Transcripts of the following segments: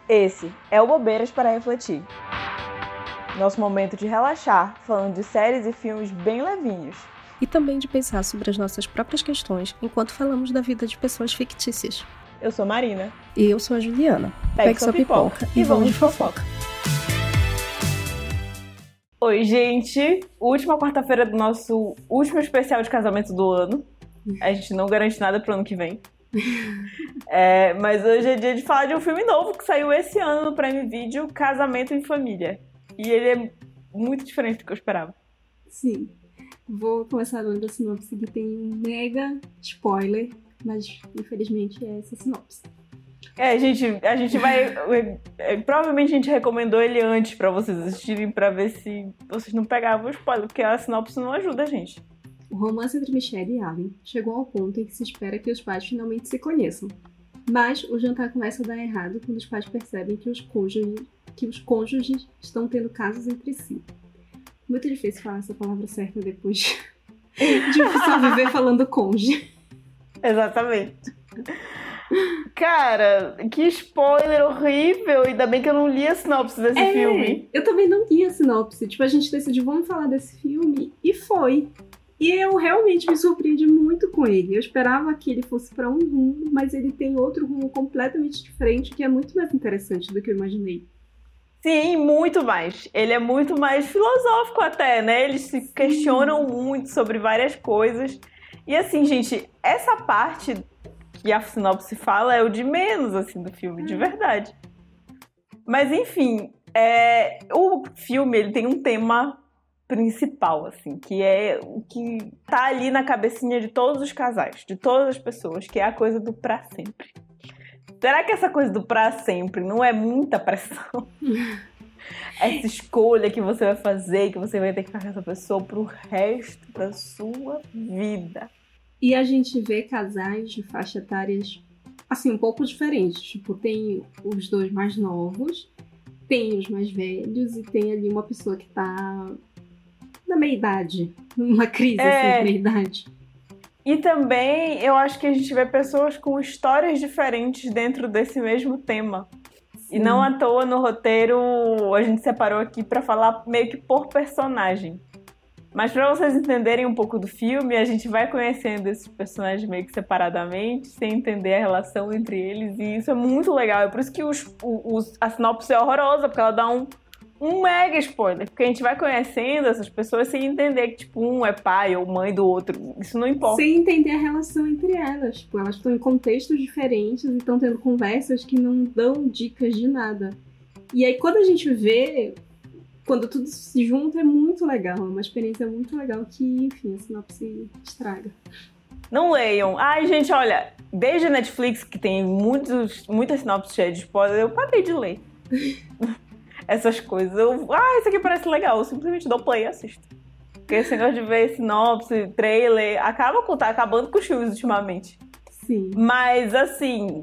Esse é o Bobeiras para Refletir. Nosso momento de relaxar, falando de séries e filmes bem levinhos. E também de pensar sobre as nossas próprias questões enquanto falamos da vida de pessoas fictícias. Eu sou Marina. E eu sou a Juliana. Pegue sua pipoca e vamos de fofoca. Oi, gente. Última quarta-feira do nosso último especial de casamento do ano. A gente não garante nada pro ano que vem. Mas hoje é dia de falar de um filme novo que saiu esse ano no Prime Video, Casamento em Família. E ele é muito diferente do que eu esperava. Sim. Vou começar dando a sinopse que tem um mega spoiler, mas infelizmente é essa sinopse. A gente vai... provavelmente a gente recomendou ele antes pra vocês assistirem, pra ver se vocês não pegavam o spoiler, porque a sinopse não ajuda a gente. O romance entre Michelle e Alan chegou ao ponto em que se espera que os pais finalmente se conheçam. Mas o jantar começa a dar errado quando os pais percebem que os cônjuges estão tendo casos entre si. Muito difícil falar essa palavra certa depois de só viver falando cônjuge. Exatamente. Cara, que spoiler horrível! Ainda bem que eu não li a sinopse desse filme. Eu também não li a sinopse. A gente decidiu, vamos falar desse filme, e foi. E eu realmente me surpreendi muito com ele. Eu esperava que ele fosse para um rumo, mas ele tem outro rumo completamente diferente, que é muito mais interessante do que eu imaginei. Sim, muito mais. Ele é muito mais filosófico até, né? Eles se questionam muito sobre várias coisas. E assim, gente, essa parte que a sinopse fala é o de menos, assim, do filme, de verdade. Mas enfim, o filme, ele tem um tema principal, assim, que é o que tá ali na cabecinha de todos os casais, de todas as pessoas, que é a coisa do pra sempre. Será que essa coisa do pra sempre não é muita pressão? Essa escolha que você vai fazer, que você vai ter que ficar com essa pessoa pro resto da sua vida. E a gente vê casais de faixa etárias, assim, um pouco diferentes. Tipo, tem os dois mais novos, tem os mais velhos e tem ali uma pessoa que tá na meia-idade, uma crise assim, de meia-idade. E também eu acho que a gente vê pessoas com histórias diferentes dentro desse mesmo tema. Sim. E não à toa no roteiro a gente separou aqui pra falar meio que por personagem. Mas pra vocês entenderem um pouco do filme, a gente vai conhecendo esses personagens meio que separadamente, sem entender a relação entre eles, e isso é muito legal. É por isso que a sinopse é horrorosa, porque ela dá um mega spoiler, porque a gente vai conhecendo essas pessoas sem entender que, tipo, um é pai ou mãe do outro. Isso não importa. Sem entender a relação entre elas. Tipo, elas estão em contextos diferentes e estão tendo conversas que não dão dicas de nada. E aí, quando a gente vê, quando tudo se junta, é muito legal. É uma experiência muito legal que, enfim, a sinopse estraga. Não leiam. Ai, gente, olha, desde a Netflix, que tem muitas sinopses cheias de spoiler, eu parei de ler. Essas coisas. Isso aqui parece legal. Eu simplesmente dou play e assisto. Porque esse negócio de ver sinopse, trailer, tá acabando com os filmes ultimamente. Sim. Mas, assim,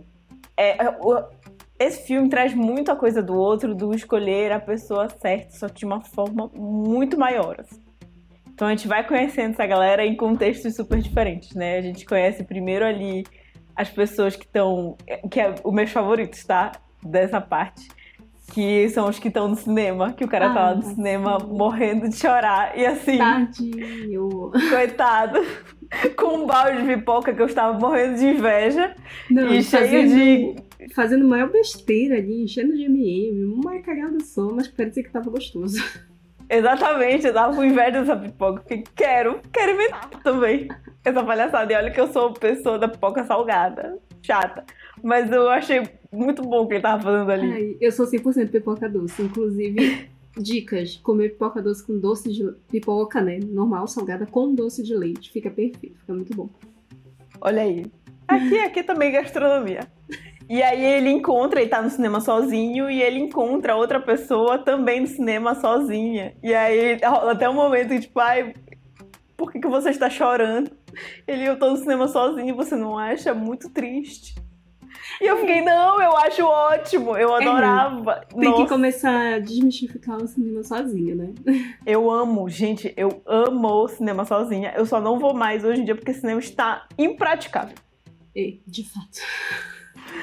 esse filme traz muito a coisa do outro, do escolher a pessoa certa, só que de uma forma muito maior, assim. Então a gente vai conhecendo essa galera em contextos super diferentes, né? A gente conhece primeiro ali as pessoas que estão... Que é os meus favoritos, tá? Dessa parte. Que são os que estão no cinema, que o cara tá lá no cinema morrendo de chorar. E assim... Tadinho! Coitado! Com um balde de pipoca que eu estava morrendo de inveja. Não, e cheio fazendo maior besteira ali, enchendo de M&M, uma cagada só, mas parecia que tava gostoso. Exatamente, eu tava com inveja dessa pipoca, porque quero inventar também essa palhaçada. E olha que eu sou pessoa da pipoca salgada, chata. Mas eu achei muito bom o que ele tava fazendo ali. Ai, eu sou 100% pipoca doce. Inclusive, dicas. Comer pipoca doce com doce de... Pipoca, né? Normal, salgada, com doce de leite. Fica perfeito, fica muito bom. Olha aí. Aqui também gastronomia. E aí ele tá no cinema sozinho e ele encontra outra pessoa também no cinema sozinha. E aí rola até um momento que, tipo, por que você está chorando? Eu tô no cinema sozinho, você não acha? Muito triste. E eu fiquei, não, eu acho ótimo, eu adorava. Tem que começar a desmistificar o cinema sozinha, né? Eu amo o cinema sozinha. Eu só não vou mais hoje em dia porque o cinema está impraticável. De fato.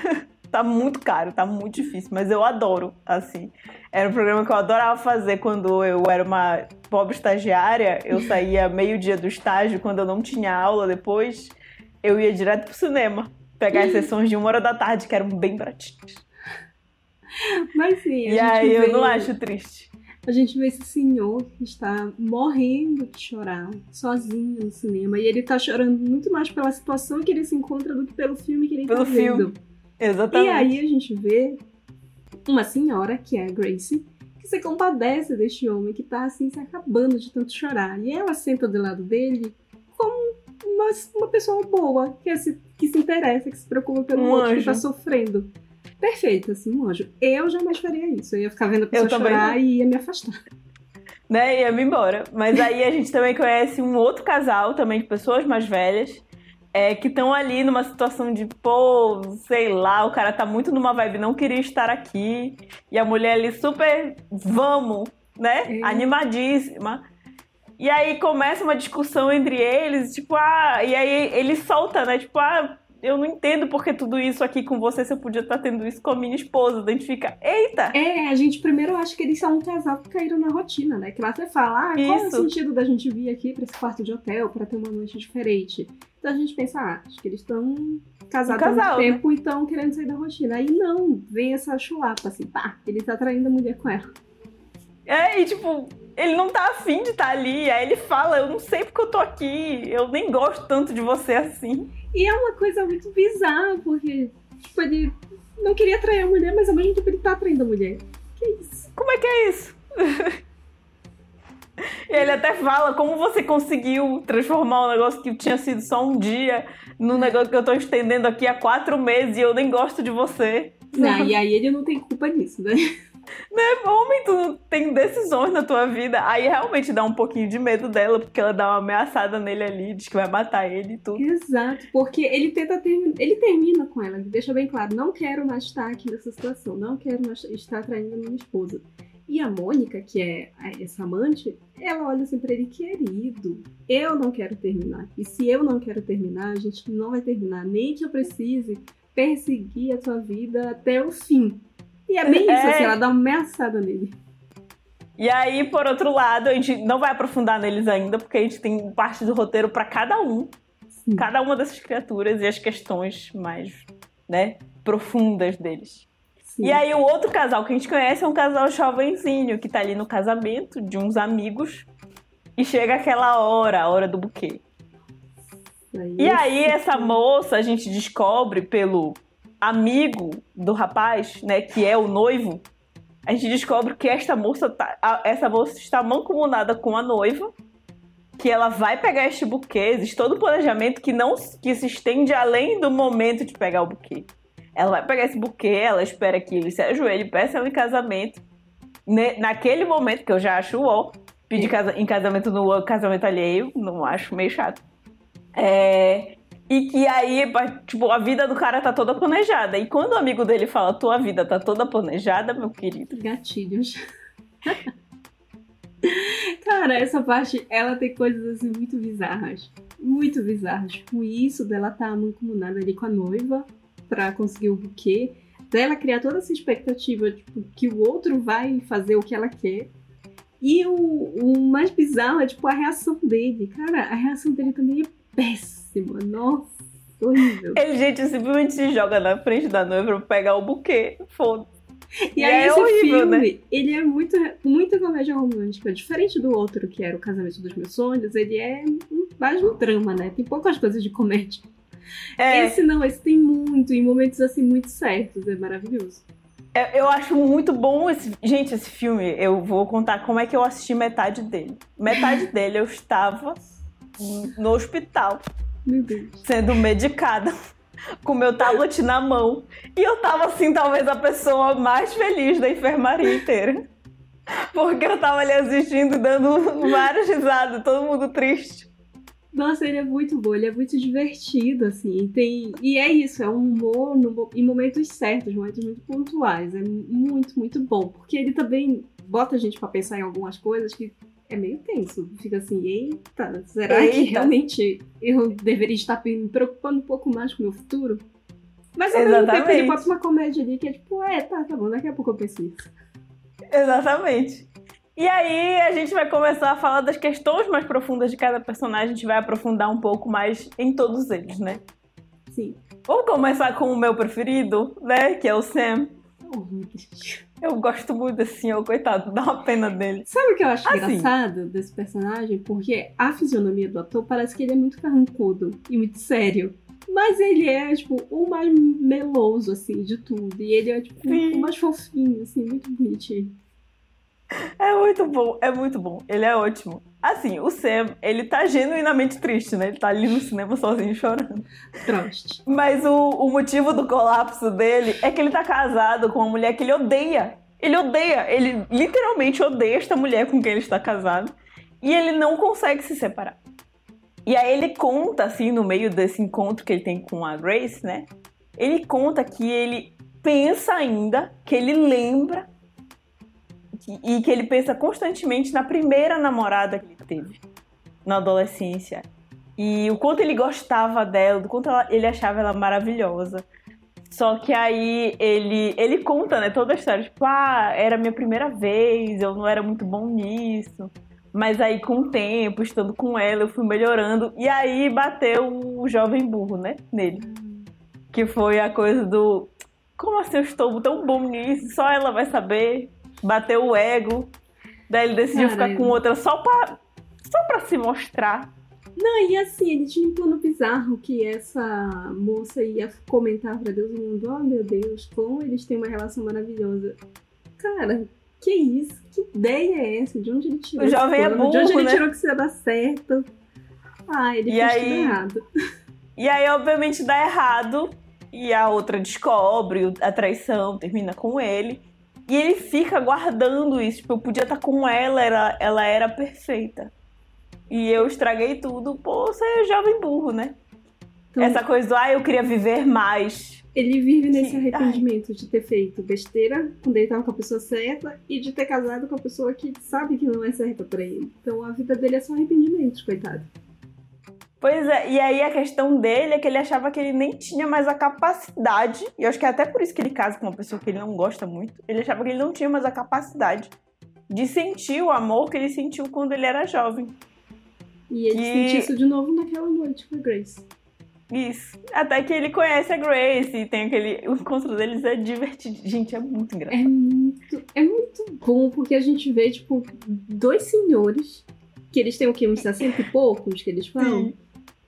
tá muito caro, tá muito difícil, mas eu adoro, assim. Era um programa que eu adorava fazer quando eu era uma pobre estagiária. Eu saía meio-dia do estágio, quando eu não tinha aula depois, eu ia direto pro cinema, pegar as sessões de 1h da tarde, que eram bem baratinhas. Mas sim, E aí eu não acho triste. A gente vê esse senhor que está morrendo de chorar, sozinho no cinema. E ele tá chorando muito mais pela situação que ele se encontra do que pelo filme que ele tá vendo. Exatamente. E aí a gente vê uma senhora, que é a Gracie, que se compadece deste homem que tá assim se acabando de tanto chorar. E ela senta do lado dele como uma pessoa boa, que se interessa, que se preocupa pelo outro que tá sofrendo. Perfeito, assim, um anjo. Eu jamais faria isso. Eu ia ficar vendo a pessoa chorar e ia me afastar. Né, ia me embora. Mas aí a gente também conhece um outro casal, também de pessoas mais velhas, que estão ali numa situação de, pô, sei lá, o cara tá muito numa vibe, não queria estar aqui. E a mulher ali super, vamos, né, animadíssima. E aí começa uma discussão entre eles, tipo, e aí ele solta, né, tipo, eu não entendo porque tudo isso aqui com você, se eu podia estar tendo isso com a minha esposa. Daí a gente fica, eita! A gente primeiro acha que eles são um casal que caíram na rotina, né? Que lá até fala, qual é o sentido da gente vir aqui pra esse quarto de hotel pra ter uma noite diferente? Então a gente pensa, acho que eles estão casados há muito tempo e estão querendo sair da rotina. Aí não, vem essa chulapa, assim, ele tá traindo a mulher com ela. E tipo, ele não tá afim de estar ali. Aí ele fala, eu não sei porque eu tô aqui, eu nem gosto tanto de você assim. E é uma coisa muito bizarra, porque, tipo, ele não queria trair a mulher, mas ao mesmo tempo ele tá traindo a mulher. Que isso? Como é que é isso? E ele até fala, como você conseguiu transformar um negócio que tinha sido só um dia num negócio que eu tô estendendo aqui há 4 meses e eu nem gosto de você. Não, e aí ele não tem culpa nisso, né? Né, homem, tu tem decisões na tua vida. Aí realmente dá um pouquinho de medo dela, porque ela dá uma ameaçada nele ali, diz que vai matar ele e tudo. Exato, porque ele ele termina com ela, ele deixa bem claro, não quero mais estar aqui nessa situação, não quero mais estar traindo a minha esposa. E a Mônica, que é essa amante, ela olha assim pra ele, querido, eu não quero terminar. E se eu não quero terminar, a gente não vai terminar, nem que eu precise perseguir a tua vida até o fim. E é bem isso, assim, ela dá uma ameaçada nele. E aí, por outro lado, a gente não vai aprofundar neles ainda, porque a gente tem parte do roteiro pra cada um. Sim. Cada uma dessas criaturas e as questões mais, né, profundas deles. Sim. E aí, o outro casal que a gente conhece é um casal jovenzinho, que tá ali no casamento de uns amigos. E chega aquela hora, a hora do buquê. E aí, essa moça, a gente descobre pelo amigo do rapaz, né, que é o noivo, a gente descobre que essa moça está mancomunada com a noiva, que ela vai pegar este buquê, existe todo um planejamento que se estende além do momento de pegar o buquê. Ela vai pegar esse buquê, ela espera que ele se ajoelhe, peça ela em casamento. Naquele momento, que eu já acho pedir em casamento no casamento alheio, não acho meio chato. E que aí, tipo, a vida do cara tá toda planejada. E quando o amigo dele fala, tua vida tá toda planejada, meu querido. Gatilhos. Cara, essa parte, ela tem coisas assim muito bizarras. Muito bizarras. Tipo, isso dela tá mancomunada ali com a noiva pra conseguir o buquê. Dela criar toda essa expectativa, tipo, que o outro vai fazer o que ela quer. E o mais bizarro é, tipo, a reação dele. Cara, a reação dele também é péssima. Nossa, horrível. Ele, gente, simplesmente se joga na frente da noiva pra pegar o buquê. Foda-se. E aí esse horrível, filme, né? Ele é muito comédia romântica. Diferente do outro, que era O Casamento dos Meus Sonhos, ele é mais um drama, né? Tem poucas coisas de comédia. Esse não, esse tem muito, em momentos assim muito certos. É maravilhoso. Eu acho muito bom esse filme. Eu vou contar como é que eu assisti metade dele. Metade dele eu estava no hospital. Meu Deus. Sendo medicada, com meu tablet na mão. E eu tava assim, talvez a pessoa mais feliz da enfermaria inteira. Porque eu tava ali assistindo, dando várias risadas, todo mundo triste. Nossa, ele é muito bom, ele é muito divertido, assim. E é isso, é um humor em momentos certos, momentos muito pontuais. É muito, muito bom. Porque ele também bota a gente pra pensar em algumas coisas que é meio tenso. Fica assim, eita, será que realmente eu deveria estar me preocupando um pouco mais com o meu futuro? Mas ao mesmo tempo ele bota uma comédia ali que é tipo, tá bom, daqui a pouco eu penso isso. Exatamente. E aí a gente vai começar a falar das questões mais profundas de cada personagem, a gente vai aprofundar um pouco mais em todos eles, né? Sim. Vamos começar com o meu preferido, né? Que é o Sam. Oh, meu Deus. Eu gosto muito desse senhor, coitado, dá uma pena dele. Sabe o que eu acho engraçado desse personagem? Porque a fisionomia do ator parece que ele é muito carrancudo e muito sério. Mas ele é, tipo, o mais meloso, assim, de tudo. E ele é, tipo, o mais fofinho, assim, muito bonitinho. É muito bom. Ele é ótimo. Assim, o Sam, ele tá genuinamente triste, né? Ele tá ali no cinema sozinho chorando. Triste. Mas o motivo do colapso dele é que ele tá casado com uma mulher que ele odeia. Ele literalmente odeia esta mulher com quem ele está casado. E ele não consegue se separar. E aí ele conta, assim, no meio desse encontro que ele tem com a Grace, né? Ele conta que ele pensa ainda, que ele lembra e que ele pensa constantemente na primeira namorada que ele teve na adolescência. E o quanto ele gostava dela, do quanto ele achava ela maravilhosa. Só que aí ele conta, né, toda a história. Tipo, era a minha primeira vez, eu não era muito bom nisso. Mas aí com o tempo, estando com ela, eu fui melhorando. E aí bateu o jovem burro, né, nele. Que foi a coisa do... Como assim eu estou tão bom nisso? Só ela vai saber. Bateu o ego. Daí ele decidiu ficar com outra só pra se mostrar. Não, e assim, ele tinha um plano bizarro que essa moça ia comentar pra Deus e mundo. Oh, meu Deus, como eles têm uma relação maravilhosa. Cara, que isso? Que ideia é essa? De onde ele tirou? O jovem é burro, de onde ele né? tirou que isso ia dar certo? Ele fez tudo errado. E aí, obviamente, dá errado. E a outra descobre a traição, termina com ele. E ele fica guardando isso. Tipo, eu podia estar com ela, ela era perfeita. E eu estraguei tudo. Pô, você é jovem burro, né? Então, essa coisa do, eu queria viver mais. Ele vive nesse arrependimento de ter feito besteira quando ele tava com a pessoa certa e de ter casado com a pessoa que sabe que não é certa pra ele. Então a vida dele é só arrependimentos, coitado. Pois é, e aí a questão dele é que ele achava que ele nem tinha mais a capacidade, e eu acho que é até por isso que ele casa com uma pessoa que ele não gosta muito, ele achava que ele não tinha mais a capacidade de sentir o amor que ele sentiu quando ele era jovem. E ele sentiu isso de novo naquela noite com a Grace. Isso. Até que ele conhece a Grace e tem aquele... O encontro deles é divertido. Gente, é muito engraçado. É muito bom, porque a gente vê, tipo, dois senhores, que eles têm o quê? Uns 60 e poucos, que eles falam? Sim.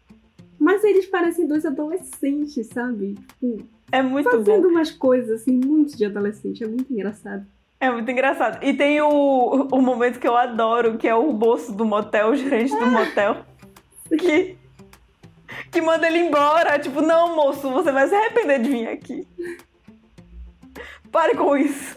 Mas eles parecem dois adolescentes, sabe? Tipo, é muito fazendo bom. Umas coisas, assim, muito de adolescente. É muito engraçado. É muito engraçado. E tem o momento que eu adoro, que é o moço do motel, o gerente do motel. Que manda ele embora. Tipo, não, moço, você vai se arrepender de vir aqui. Pare com isso.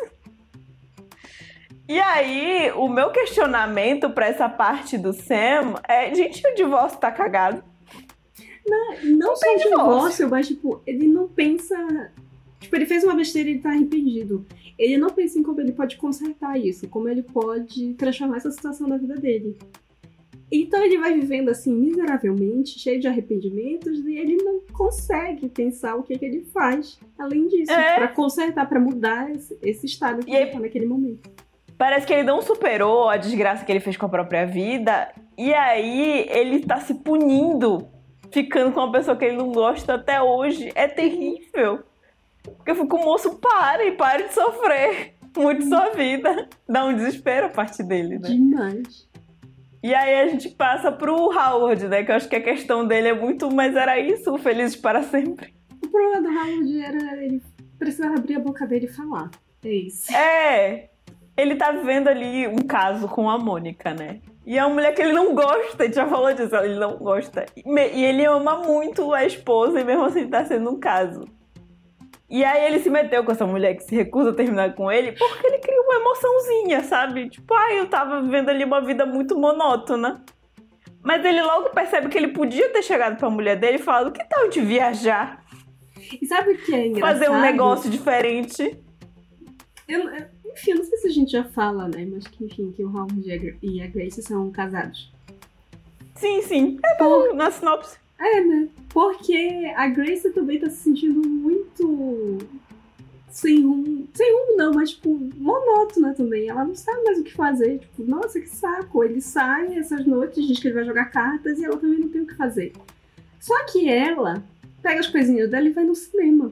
E aí, o meu questionamento pra essa parte do Sam é... Gente, o divórcio tá cagado. Não só o divórcio, mas, tipo, ele não pensa... Tipo, ele fez uma besteira e ele tá arrependido. Ele não pensa em como ele pode consertar isso, como ele pode transformar essa situação na vida dele. Então ele vai vivendo assim, miseravelmente, cheio de arrependimentos, e ele não consegue pensar o que ele faz além disso, pra consertar, pra mudar esse estado que ele tá naquele momento. Parece que ele não superou a desgraça que ele fez com a própria vida, e aí ele tá se punindo, ficando com uma pessoa que ele não gosta até hoje. É terrível. Porque eu fico, moço, pare de sofrer muito sua vida. Dá um desespero a parte dele, né? Demais. E aí a gente passa pro Howard, né? Que eu acho que a questão dele é muito, mas era isso, felizes para sempre. O problema do Howard era ele precisava abrir a boca dele e falar. É isso. Ele tá vivendo ali um caso com a Mônica, né? E é uma mulher que ele não gosta, a gente já falou disso, ele não gosta. E ele ama muito a esposa e mesmo assim tá sendo um caso. E aí ele se meteu com essa mulher que se recusa a terminar com ele porque ele cria uma emoçãozinha, sabe? Tipo, eu tava vivendo ali uma vida muito monótona. Mas ele logo percebe que ele podia ter chegado pra mulher dele e falado, que tal de viajar? E sabe o que é engraçado? Fazer um negócio diferente. Enfim, eu não sei se a gente já fala, né? Mas que, enfim, que o Howard e a Grace são casados. Sim. Na sinopse. Né? Porque a Grace também tá se sentindo muito sem rumo não, mas tipo, monótona também. Ela não sabe mais o que fazer. Tipo, nossa, que saco. Ele sai essas noites, diz que ele vai jogar cartas e ela também não tem o que fazer. Só que ela pega as coisinhas dela e vai no cinema.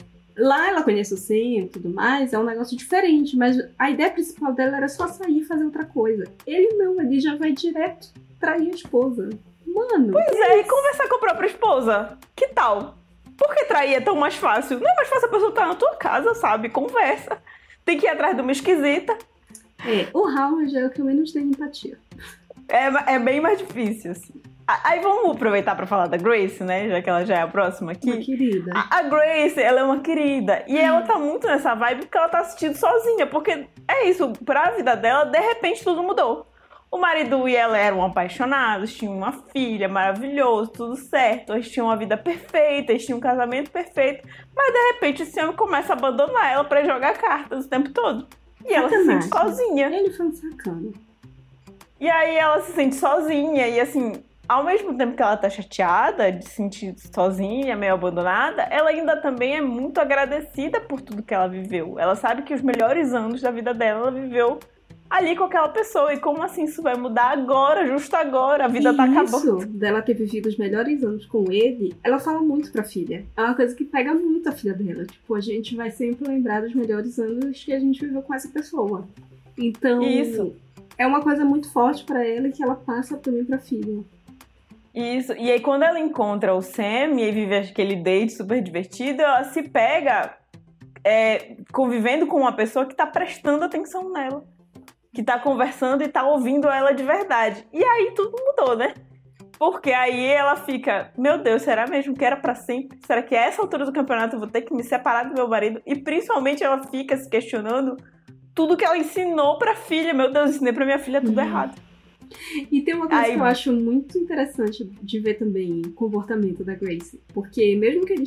Lá ela conhece o Sam e tudo mais, é um negócio diferente, mas a ideia principal dela era só sair e fazer outra coisa. Ele não, ele já vai direto trair a esposa. Mano. Pois é, e conversar com a própria esposa. Que tal? Por que trair é tão mais fácil? Não é mais fácil a pessoa estar na tua casa, sabe? Conversa. Tem que ir atrás de uma esquisita. O Howard é o que eu menos tenho empatia. É bem mais difícil, assim. Aí vamos aproveitar pra falar da Grace, né? Já que ela já é a próxima aqui. Uma querida. A Grace, ela é uma querida. E ela tá muito nessa vibe porque ela tá assistindo sozinha. Porque é isso, pra vida dela, de repente tudo mudou. O marido e ela eram apaixonados, tinham uma filha maravilhosa, tudo certo. Eles tinham uma vida perfeita, eles tinham um casamento perfeito. Mas de repente esse homem começa a abandonar ela pra jogar cartas o tempo todo. E ela se sente sozinha. Ele foi um sacana. E aí ela se sente sozinha e assim... Ao mesmo tempo que ela tá chateada de se sentir sozinha, meio abandonada, ela ainda também é muito agradecida por tudo que ela viveu. Ela sabe que os melhores anos da vida dela, ela viveu ali com aquela pessoa. E como assim isso vai mudar agora, justo agora? A vida tá acabando. Isso, dela ter vivido os melhores anos com ele, ela fala muito pra filha. É uma coisa que pega muito a filha dela. Tipo, a gente vai sempre lembrar dos melhores anos que a gente viveu com essa pessoa. Então, isso é uma coisa muito forte pra ela e que ela passa também pra filha. Isso, e aí quando ela encontra o Sam e vive aquele date super divertido, ela se pega convivendo com uma pessoa que tá prestando atenção nela, que tá conversando e tá ouvindo ela de verdade. E aí tudo mudou, né? Porque aí ela fica, meu Deus, será mesmo que era pra sempre? Será que a essa altura do campeonato eu vou ter que me separar do meu marido? E principalmente ela fica se questionando tudo que ela ensinou pra filha. Meu Deus, ensinei pra minha filha tudo errado. E tem uma coisa que eu acho muito interessante de ver também o comportamento da Grace. Porque mesmo que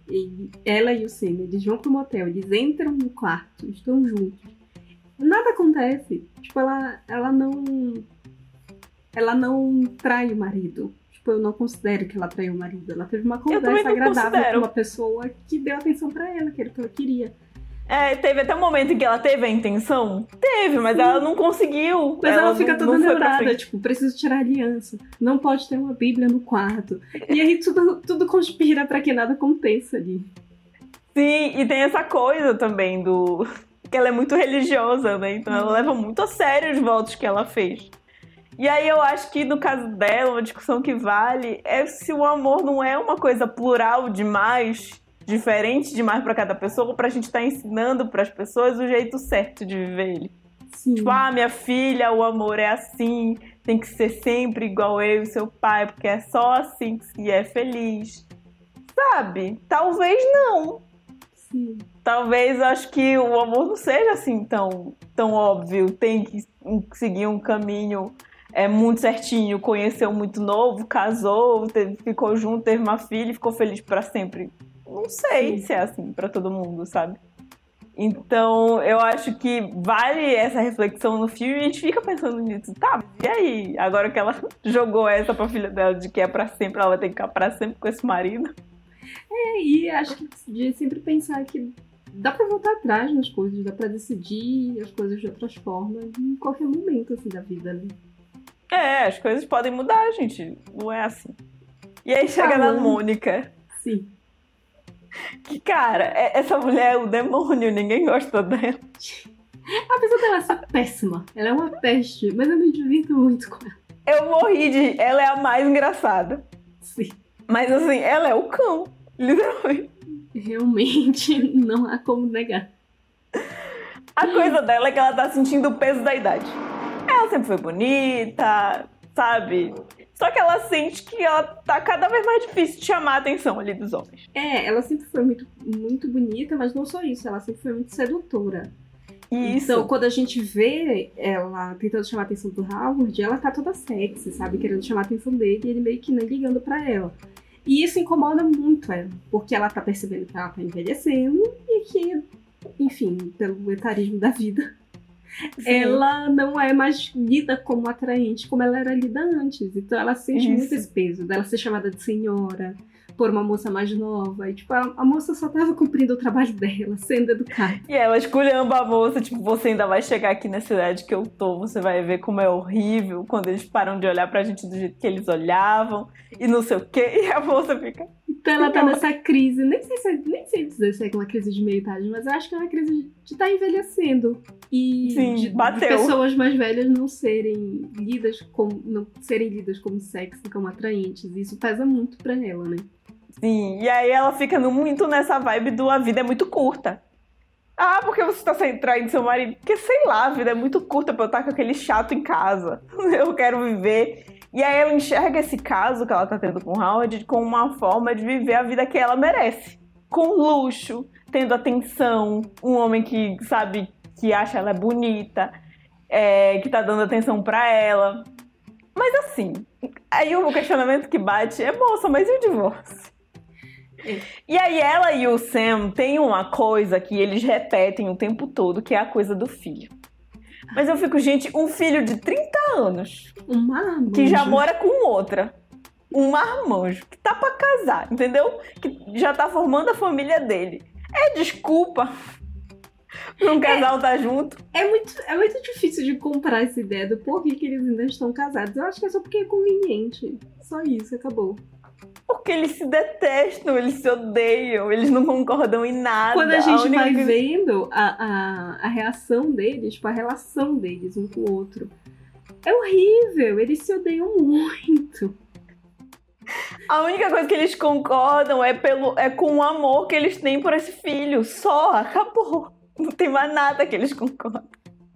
ela e o Sam, eles vão pro motel, eles entram no quarto, estão juntos. Nada acontece. Tipo, ela não trai o marido. Tipo, eu não considero que ela traiu o marido. Ela teve uma conversa agradável com uma pessoa que deu atenção pra ela, que era o que ela queria. Teve até um momento em que ela teve a intenção. Teve, mas ela não conseguiu. Mas ela fica toda neurada, tipo, preciso tirar a aliança. Não pode ter uma bíblia no quarto. E aí tudo conspira pra que nada aconteça ali. Sim, e tem essa coisa também que ela é muito religiosa, né? Então ela leva muito a sério os votos que ela fez. E aí eu acho que no caso dela, uma discussão que vale é se o amor não é uma coisa plural demais, diferente demais pra cada pessoa, pra gente estar ensinando pras pessoas o jeito certo de viver ele. Sim. Tipo, minha filha, o amor é assim, tem que ser sempre igual eu e seu pai, porque é só assim que se é feliz. Sabe? Talvez não. Sim. Talvez, acho que o amor não seja assim tão óbvio. Tem que seguir um caminho muito certinho, conheceu muito novo, casou, ficou junto, teve uma filha e ficou feliz pra sempre. Não sei se é assim pra todo mundo, sabe? Então, eu acho que vale essa reflexão no filme e a gente fica pensando nisso. Tá, e aí? Agora que ela jogou essa pra filha dela de que é pra sempre, ela vai ter que ficar pra sempre com esse marido. E acho que de sempre pensar que dá pra voltar atrás nas coisas, dá pra decidir as coisas de outras formas em qualquer momento, assim, da vida, né? As coisas podem mudar, gente. Não é assim. E aí chega na Mônica. Sim. Que, cara, essa mulher é o demônio, ninguém gosta dela. Apesar dela ser péssima, ela é uma peste, mas eu me divirto muito com ela. Eu morri de... Ela é a mais engraçada. Sim. Mas, assim, ela é o cão, literalmente. Realmente, não há como negar. A coisa dela é que ela tá sentindo o peso da idade. Ela sempre foi bonita, sabe? Só que ela sente que ela tá cada vez mais difícil de chamar a atenção ali dos homens. Ela sempre foi muito, muito bonita, mas não só isso, ela sempre foi muito sedutora. Isso. Então, quando a gente vê ela tentando chamar a atenção do Howard, ela tá toda sexy, sabe? Querendo chamar a atenção dele e ele meio que nem ligando pra ela. E isso incomoda muito ela, porque ela tá percebendo que ela tá envelhecendo e que, enfim, pelo etarismo da vida, ela não é mais lida como atraente como ela era lida antes. Então ela sente muito esse peso dela ser chamada de senhora por uma moça mais nova. E, tipo, a moça só tava cumprindo o trabalho dela, sendo educada. E ela esculhamba a moça, tipo, você ainda vai chegar aqui na cidade que eu tô, você vai ver como é horrível quando eles param de olhar pra gente do jeito que eles olhavam, e não sei o quê, e a moça fica... Então ela tá nessa crise, nem sei dizer se é uma crise de meia-idade, mas eu acho que é uma crise de estar envelhecendo. E sim, de pessoas mais velhas não serem lidas como sexy, como atraentes. Isso pesa muito pra ela, né? Sim, e aí ela fica muito nessa vibe do a vida é muito curta. Ah, porque você tá traindo seu marido? Porque, sei lá, a vida é muito curta pra eu estar com aquele chato em casa. Eu quero viver. E aí ela enxerga esse caso que ela tá tendo com o Howard como uma forma de viver a vida que ela merece. Com luxo, tendo atenção, um homem que, sabe, que acha ela bonita, que tá dando atenção pra ela. Mas assim, aí o questionamento que bate é, moça, mas e o divórcio? E aí ela e o Sam têm uma coisa que eles repetem o tempo todo, que é a coisa do filho. Mas eu fico, gente, um filho de 30 anos, um marmanjo, que já mora com outra, um marmanjo, que tá pra casar, entendeu? Que já tá formando a família dele. É desculpa pra um casal tá junto. É muito difícil de comprar essa ideia do porquê que eles ainda estão casados. Eu acho que é só porque é conveniente. Só isso, acabou. Porque eles se detestam, eles se odeiam, eles não concordam em nada. Quando a gente vai vendo a reação deles, tipo, a relação deles um com o outro, é horrível, eles se odeiam muito. A única coisa que eles concordam é com o amor que eles têm por esse filho. Só, acabou. Não tem mais nada que eles concordam.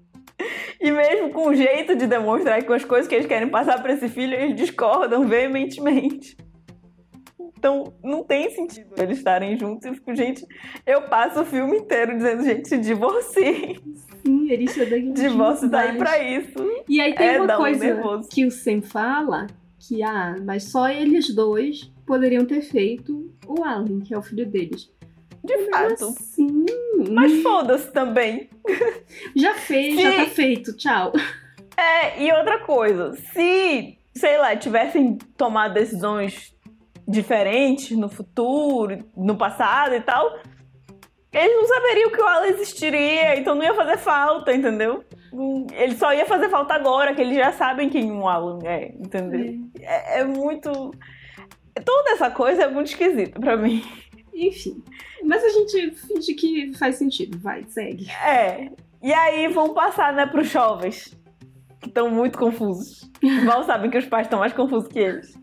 E mesmo com o jeito de demonstrar que com as coisas que eles querem passar para esse filho, eles discordam veementemente. Então, não tem sentido eles estarem juntos. Eu fico, gente, eu passo o filme inteiro dizendo, gente, se divorciem. Sim, eles se odeiam demais. Divórcio tá aí pra isso. E aí tem uma coisa que o Sam fala, que, mas só eles dois poderiam ter feito o Alan, que é o filho deles. De fato. Sim. Mas foda-se também. Já fez, já tá feito, tchau. E outra coisa, se, sei lá, tivessem tomado decisões diferentes no futuro, no passado e tal, eles não saberiam que o Alan existiria, então não ia fazer falta, entendeu? Ele só ia fazer falta agora, que eles já sabem quem o Alan é, entendeu? É muito... Toda essa coisa é muito esquisita pra mim. Enfim, mas a gente finge que faz sentido, vai, segue. E aí vão passar, né, pros jovens, que estão muito confusos. Mal sabem que os pais estão mais confusos que eles.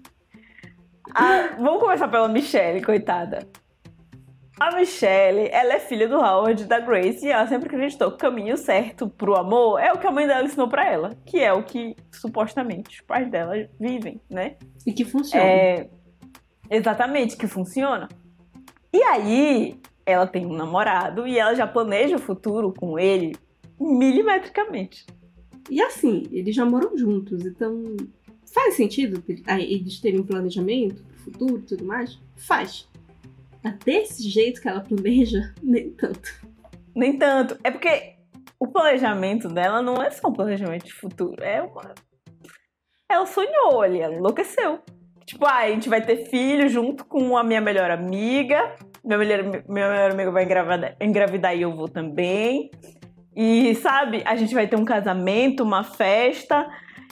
Vamos começar pela Michelle, coitada. A Michelle, ela é filha do Howard e da Grace, e ela sempre acreditou que o caminho certo pro amor é o que a mãe dela ensinou pra ela, que é o que, supostamente, os pais dela vivem, né? E que funciona. Exatamente, que funciona. E aí, ela tem um namorado e ela já planeja o futuro com ele milimetricamente. E assim, eles já moram juntos, então faz sentido eles terem um planejamento pro futuro e tudo mais? Faz. Mas desse jeito que ela planeja, nem tanto. Nem tanto. É porque o planejamento dela não é só um planejamento de futuro. Ela sonhou ali, ela enlouqueceu. Tipo, a gente vai ter filho junto com a minha melhor amiga. Minha melhor amiga vai engravidar e eu vou também. E, sabe, a gente vai ter um casamento, uma festa.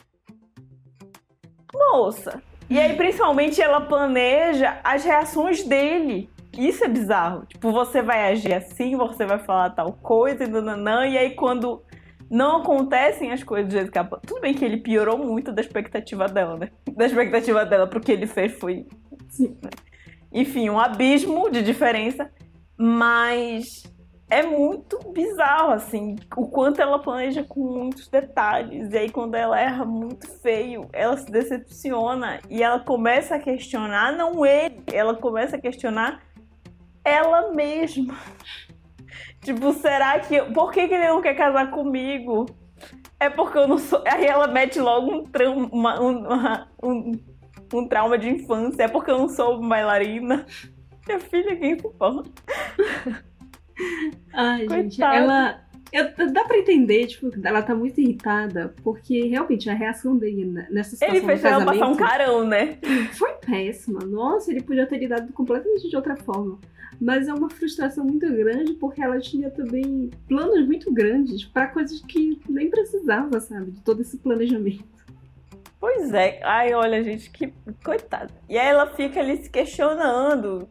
Moça. E aí, principalmente, ela planeja as reações dele. Isso é bizarro. Tipo, você vai agir assim, você vai falar tal coisa, e aí quando não acontecem as coisas do jeito que ela... Tudo bem que ele piorou muito da expectativa dela, né? Da expectativa dela pro que ele fez foi... Sim, né? Enfim, um abismo de diferença. Mas é muito bizarro, assim, o quanto ela planeja com muitos detalhes. E aí, quando ela erra muito feio, ela se decepciona. E ela começa a questionar, não ele, ela começa a questionar ela mesma. Tipo, será que... Por que ele não quer casar comigo? É porque eu não sou... Aí ela mete logo um trauma de infância. É porque eu não sou bailarina. Minha filha, quem se importa? Ai, coitada. Gente, ela Dá pra entender, tipo, ela tá muito irritada, porque realmente a reação dele nessa situação Ele fez ela passar um carão, né? Foi péssima. Nossa, ele podia ter lidado completamente de outra forma. Mas é uma frustração muito grande, porque ela tinha também planos muito grandes pra coisas que nem precisava, sabe? De todo esse planejamento. Pois é. Ai, olha, gente, que coitada. E aí ela fica ali se questionando.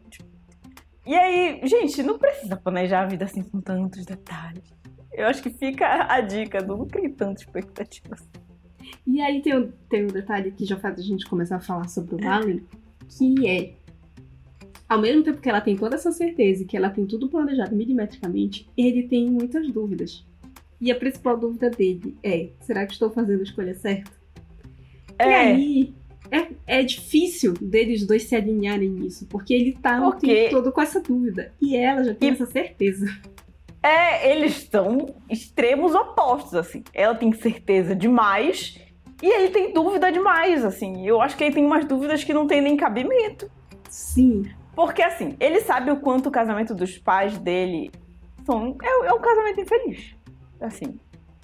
E aí, gente, não precisa planejar a vida assim com tantos detalhes. Eu acho que fica a dica do não crie tanta expectativa. E aí tem um detalhe que já faz a gente começar a falar sobre o Alan, que é, ao mesmo tempo que ela tem toda essa certeza e que ela tem tudo planejado milimetricamente, ele tem muitas dúvidas. E a principal dúvida dele é, será que estou fazendo a escolha certa? E aí, é difícil deles dois se alinharem nisso, porque ele tá o tempo todo com essa dúvida. E ela já tem essa certeza. Eles são extremos opostos, assim. Ela tem certeza demais e ele tem dúvida demais, assim. Eu acho que ele tem umas dúvidas que não tem nem cabimento. Sim. Porque, assim, ele sabe o quanto o casamento dos pais dele é um casamento infeliz, assim.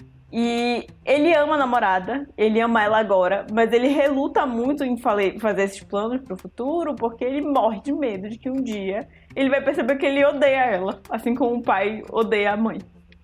E ele ama a namorada, ele ama ela agora, mas ele reluta muito em fazer esses planos pro futuro, porque ele morre de medo de que um dia ele vai perceber que ele odeia ela, assim como o pai odeia a mãe.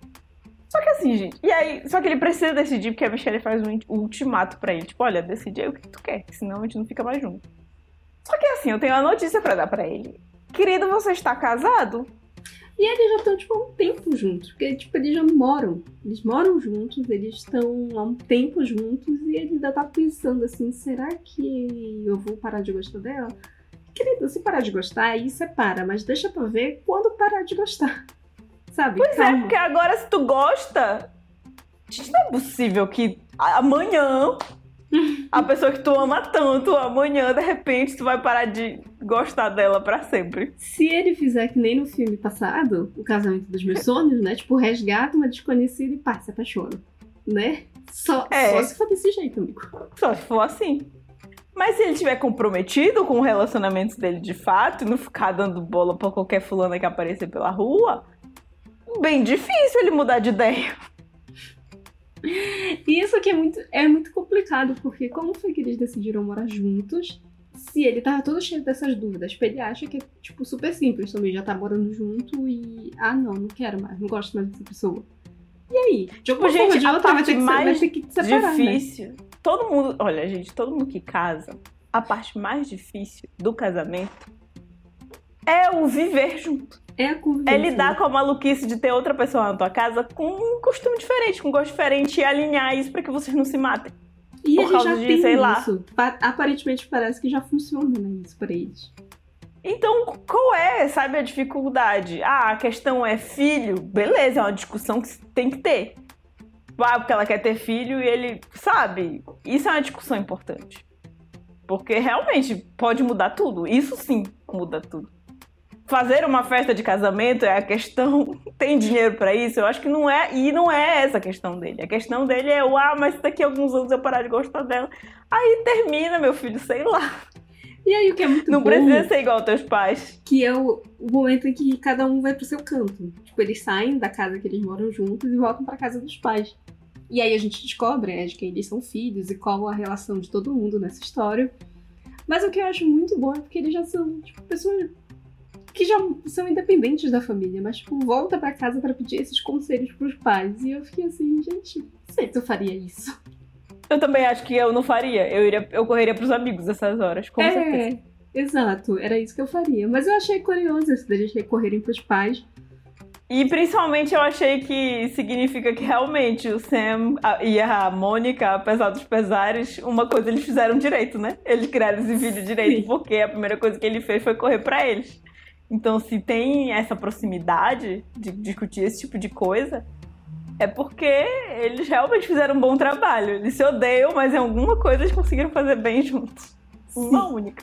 Só que assim, gente, só que ele precisa decidir, porque a Michelle faz um ultimato pra ele, tipo, olha, decide aí o que tu quer, senão a gente não fica mais junto. Só que assim, eu tenho uma notícia pra dar pra ele. Querido, você está casado? E eles já estão, tipo, há um tempo juntos. Porque, tipo, eles já moram. Eles moram juntos, eles estão há um tempo juntos. E ele ainda tá pensando assim, será que eu vou parar de gostar dela? Querido, se parar de gostar, aí separa. Mas deixa pra ver quando parar de gostar. Sabe? Pois é, porque agora se tu gosta... Gente, não é possível que amanhã... A pessoa que tu ama tanto, amanhã, de repente, tu vai parar de gostar dela pra sempre. Se ele fizer que nem no filme passado, O Casamento dos Meus Sonhos, né? Tipo, resgata uma desconhecida e pá, se apaixona. Né? Só se for desse jeito, amigo. Só se for assim. Mas se ele estiver comprometido com o relacionamento dele de fato e não ficar dando bola pra qualquer fulana que aparecer pela rua, bem difícil ele mudar de ideia. E isso aqui é muito complicado, porque como foi que eles decidiram morar juntos se ele tava todo cheio dessas dúvidas? Tipo, ele acha que é, tipo, super simples também, já tá morando junto e... Ah, não quero mais, não gosto mais dessa pessoa. E aí? Tipo, gente, a parte mais vai ter que separar, difícil... Né? Todo mundo que casa, a parte mais difícil do casamento é o viver junto. É a convivência. É lidar com a maluquice de ter outra pessoa na tua casa com um costume diferente, com um gosto diferente e alinhar isso pra que vocês não se matem. E eles já têm isso. Aparentemente parece que já funciona, né, isso pra eles. Então, qual é, sabe, a dificuldade? Ah, a questão é filho? Beleza, é uma discussão que tem que ter. Ah, porque ela quer ter filho e ele... Sabe? Isso é uma discussão importante. Porque realmente pode mudar tudo. Isso sim muda tudo. Fazer uma festa de casamento é a questão... Tem dinheiro pra isso? Eu acho que não é... E não é essa a questão dele. A questão dele é... mas se daqui a alguns anos eu parar de gostar dela... Aí termina, meu filho, sei lá. E aí o que é muito não bom... Não precisa ser igual aos teus pais. Que é o momento em que cada um vai pro seu canto. Tipo, eles saem da casa que eles moram juntos e voltam pra casa dos pais. E aí a gente descobre, né, de quem eles são filhos e qual a relação de todo mundo nessa história. Mas o que eu acho muito bom é porque eles já são, tipo, pessoas... que já são independentes da família, mas, tipo, volta pra casa pra pedir esses conselhos pros pais. E eu fiquei assim, gente, não sei se eu faria isso. Eu também acho que eu não faria. Eu correria pros amigos nessas horas, com certeza. Exato, era isso que eu faria. Mas eu achei curioso isso deles recorrerem pros pais. E principalmente eu achei que significa que realmente o Sam e a Mônica, apesar dos pesares, uma coisa eles fizeram direito, né? Eles criaram esse vídeo direito, sim, porque a primeira coisa que ele fez foi correr pra eles. Então, se tem essa proximidade de discutir esse tipo de coisa, é porque eles realmente fizeram um bom trabalho. Eles se odeiam, mas em alguma coisa eles conseguiram fazer bem juntos. Uma única.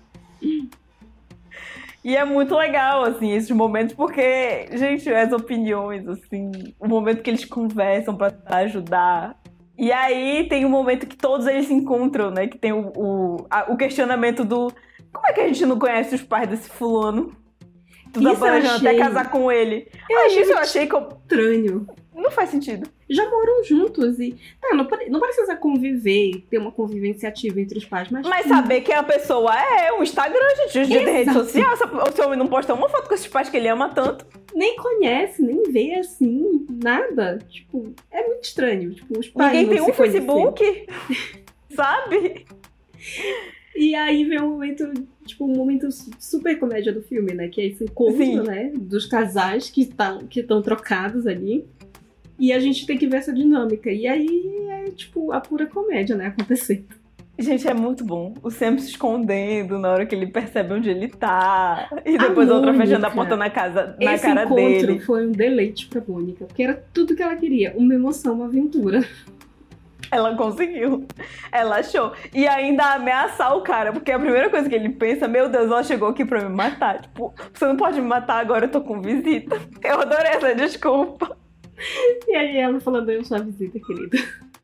E é muito legal, assim, esses momentos, porque, gente, as opiniões, assim, o momento que eles conversam pra ajudar. E aí tem um momento que todos eles se encontram, né? Que tem o questionamento do... Como é que a gente não conhece os pais desse fulano? Tu tá planejando até casar com ele. Eu achei estranho. Não faz sentido. Já moram juntos e... Não precisa conviver, ter uma convivência ativa entre os pais, mas... Mas saber quem a pessoa é, o Instagram, gente, hoje em dia tem rede social. Se o homem não posta uma foto com esses pais que ele ama tanto. Nem conhece, nem vê, assim, nada. Tipo, é muito estranho. Tipo, os pais Ninguém tem não um se conhecem. Facebook, sabe? E aí vem um momento super comédia do filme, né? Que é esse encontro, né? Dos casais que estão trocados ali. E a gente tem que ver essa dinâmica. E aí é, tipo, a pura comédia, né? Acontecendo. Gente, é muito bom. O Sam se escondendo na hora que ele percebe onde ele tá. E depois a outra fechando a porta na cara dele. Esse encontro foi um deleite pra Mônica. Porque era tudo que ela queria. Uma emoção, uma aventura. Ela conseguiu. Ela achou. E ainda ameaçar o cara, porque a primeira coisa que ele pensa, meu Deus, ela chegou aqui pra me matar. Tipo, você não pode me matar agora, eu tô com visita. Eu adorei essa desculpa. E aí ela falando, eu sou a visita, querida.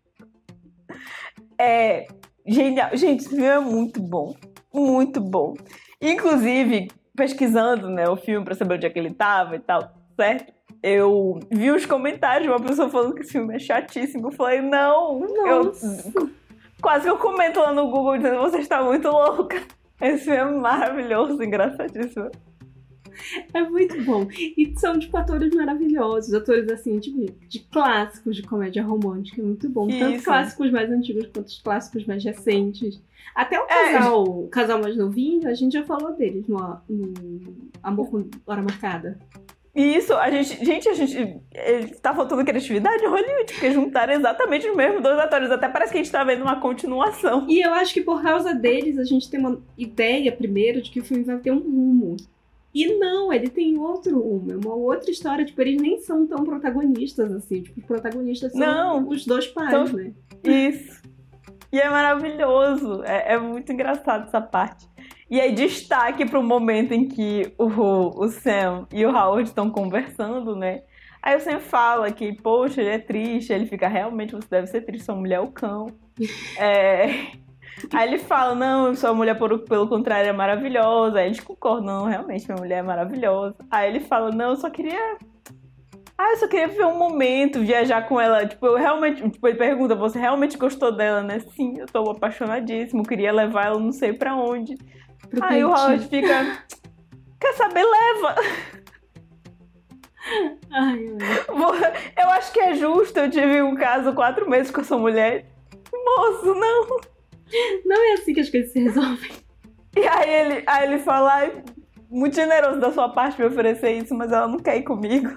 É genial. Gente, esse filme é muito bom. Muito bom. Inclusive, pesquisando, né, o filme pra saber onde é que ele tava e tal, certo? Eu vi os comentários de uma pessoa falando que esse filme é chatíssimo. Eu falei, não. Quase que eu comento lá no Google dizendo, você está muito louca. Esse filme é maravilhoso, engraçadíssimo. É muito bom. E são, tipo, atores maravilhosos. Atores, assim, tipo, de clássicos de comédia romântica. É muito bom. Isso. Tanto clássicos mais antigos quanto os clássicos mais recentes. Até o casal mais novinho, a gente já falou deles no Amor com Hora Marcada. Isso, ele tá faltando criatividade em Hollywood, porque juntaram exatamente os mesmos dois atores. Até parece que a gente tá vendo uma continuação. E eu acho que por causa deles, a gente tem uma ideia, primeiro, de que o filme vai ter um rumo. E não, ele tem outro rumo, é uma outra história. Tipo, eles nem são tão protagonistas, assim. Tipo, os protagonistas são os dois pais, né? Isso. E é maravilhoso. É muito engraçado essa parte. E aí, destaque pro momento em que o Sam e o Howard estão conversando, né? Aí o Sam fala que, poxa, ele é triste. Ele fica, realmente, você deve ser triste, sua mulher é o cão. Aí ele fala, não, sua mulher, pelo contrário, é maravilhosa. Aí eles concordam, não, realmente, minha mulher é maravilhosa. Aí ele fala, não, eu só queria viver um momento, viajar com ela. Tipo, ele pergunta, você realmente gostou dela, né? Sim, eu tô apaixonadíssimo, queria levar ela não sei pra onde. Aí o Howard fica, quer saber, leva. Eu acho que é justo, eu tive um caso 4 meses com essa mulher. Moço, não. Não é assim que as coisas se resolvem. E aí ele fala, muito generoso da sua parte me oferecer isso, mas ela não quer ir comigo.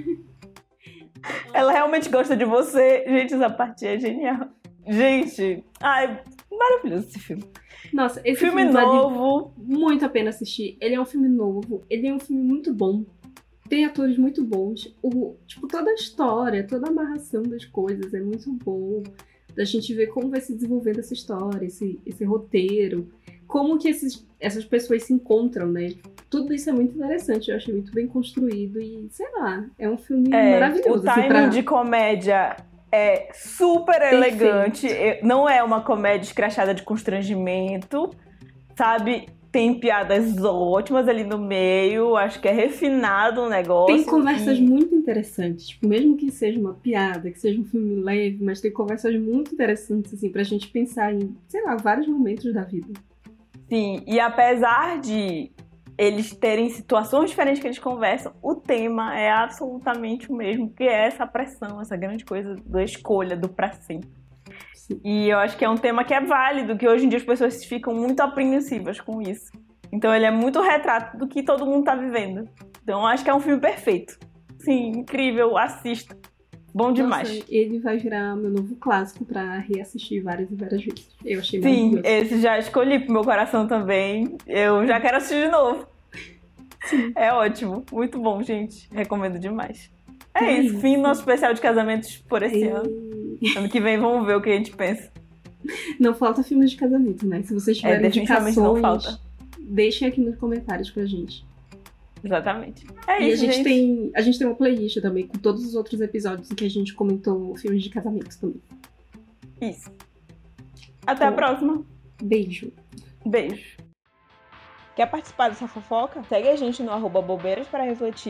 Ela realmente gosta de você. Gente, essa parte é genial. Gente, maravilhoso esse filme. Nossa, esse filme novo. Vale muito a pena assistir. Ele é um filme novo, ele é um filme muito bom. Tem atores muito bons. Toda a história, toda a amarração das coisas é muito bom. Da gente ver como vai se desenvolvendo essa história, esse roteiro. Como que essas pessoas se encontram, né? Tudo isso é muito interessante. Eu achei muito bem construído e, sei lá, é um filme maravilhoso. O timing de comédia é super elegante. Não é uma comédia escrachada de constrangimento, sabe? Tem piadas ótimas ali no meio. Acho que é refinado o negócio. Tem conversas muito interessantes. Tipo, mesmo que seja uma piada, que seja um filme leve, mas tem conversas muito interessantes, assim, pra gente pensar em, sei lá, vários momentos da vida. Sim, e apesar de eles terem situações diferentes que eles conversam, o tema é absolutamente o mesmo, que é essa pressão, essa grande coisa da escolha, do pra sempre. Sim. E eu acho que é um tema que é válido, que hoje em dia as pessoas ficam muito apreensivas com isso. Então ele é muito retrato do que todo mundo tá vivendo. Então eu acho que é um filme perfeito. Sim, incrível, assista. Bom demais. Nossa, ele vai virar meu novo clássico pra reassistir várias e várias vezes. Eu achei maravilhoso. Sim, esse já escolhi pro meu coração também. Eu já quero assistir de novo. Sim. É ótimo. Muito bom, gente. Recomendo demais. É isso. Fim do nosso especial de casamentos por esse ano. Ano que vem vamos ver o que a gente pensa. Não falta filmes de casamento, né? Se vocês tiverem definitivamente não falta. Deixem aqui nos comentários pra gente. Exatamente. E isso, a gente tem uma playlist também com todos os outros episódios em que a gente comentou filmes de casamento também. Isso. Até a próxima. Beijo. Beijo. Quer participar dessa fofoca? Segue a gente no @bobeiras para refletir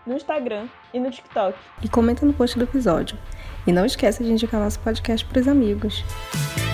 no Instagram e no TikTok. E comenta no post do episódio. E não esqueça de indicar nosso podcast para os amigos.